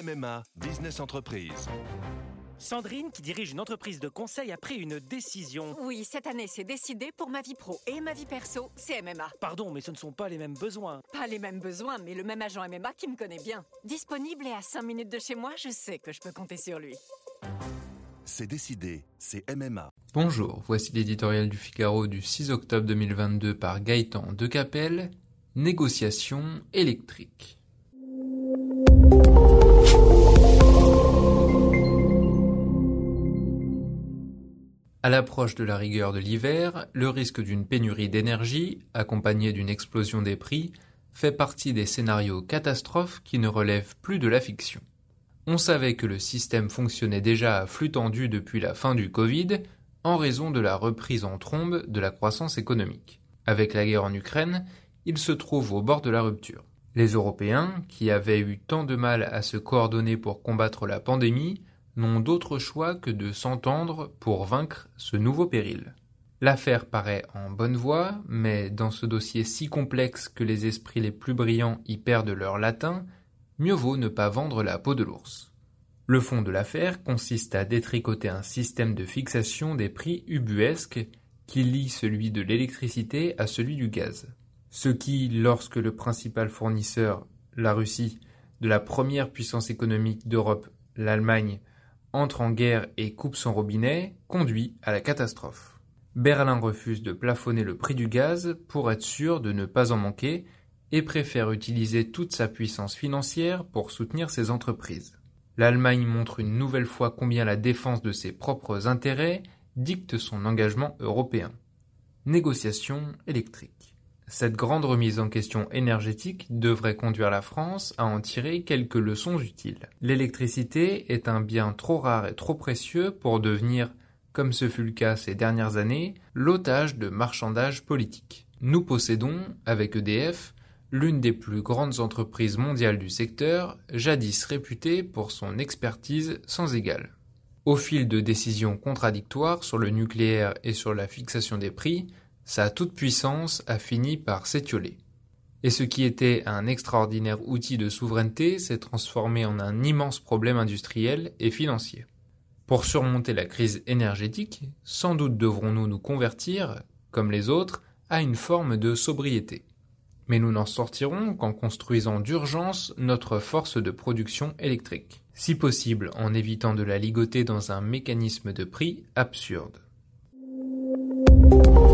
MMA Business Entreprise. Sandrine, qui dirige une entreprise de conseil, a pris une décision. Oui, cette année, c'est décidé pour ma vie pro et ma vie perso, c'est MMA. Pardon, mais ce ne sont pas les mêmes besoins. Pas les mêmes besoins, mais le même agent MMA qui me connaît bien. Disponible et à 5 minutes de chez moi, je sais que je peux compter sur lui. C'est décidé, c'est MMA. Bonjour, voici l'éditorial du Figaro du 6 octobre 2022 par Gaëtan Decapelle, Négociation électrique. À l'approche de la rigueur de l'hiver, le risque d'une pénurie d'énergie, accompagnée d'une explosion des prix, fait partie des scénarios catastrophes qui ne relèvent plus de la fiction. On savait que le système fonctionnait déjà à flux tendu depuis la fin du Covid, en raison de la reprise en trombe de la croissance économique. Avec la guerre en Ukraine, il se trouve au bord de la rupture. Les Européens, qui avaient eu tant de mal à se coordonner pour combattre la pandémie, n'ont d'autre choix que de s'entendre pour vaincre ce nouveau péril. L'affaire paraît en bonne voie, mais dans ce dossier si complexe que les esprits les plus brillants y perdent leur latin, mieux vaut ne pas vendre la peau de l'ours. Le fond de l'affaire consiste à détricoter un système de fixation des prix ubuesque qui lie celui de l'électricité à celui du gaz. Ce qui, lorsque le principal fournisseur, la Russie, de la première puissance économique d'Europe, l'Allemagne, entre en guerre et coupe son robinet, conduit à la catastrophe. Berlin refuse de plafonner le prix du gaz pour être sûr de ne pas en manquer et préfère utiliser toute sa puissance financière pour soutenir ses entreprises. L'Allemagne montre une nouvelle fois combien la défense de ses propres intérêts dicte son engagement européen. Négociation électrique. Cette grande remise en question énergétique devrait conduire la France à en tirer quelques leçons utiles. L'électricité est un bien trop rare et trop précieux pour devenir, comme ce fut le cas ces dernières années, l'otage de marchandages politiques. Nous possédons, avec EDF, l'une des plus grandes entreprises mondiales du secteur, jadis réputée pour son expertise sans égale. Au fil de décisions contradictoires sur le nucléaire et sur la fixation des prix, sa toute-puissance a fini par s'étioler. Et ce qui était un extraordinaire outil de souveraineté s'est transformé en un immense problème industriel et financier. Pour surmonter la crise énergétique, sans doute devrons-nous nous convertir, comme les autres, à une forme de sobriété. Mais nous n'en sortirons qu'en construisant d'urgence notre force de production électrique, si possible en évitant de la ligoter dans un mécanisme de prix absurde.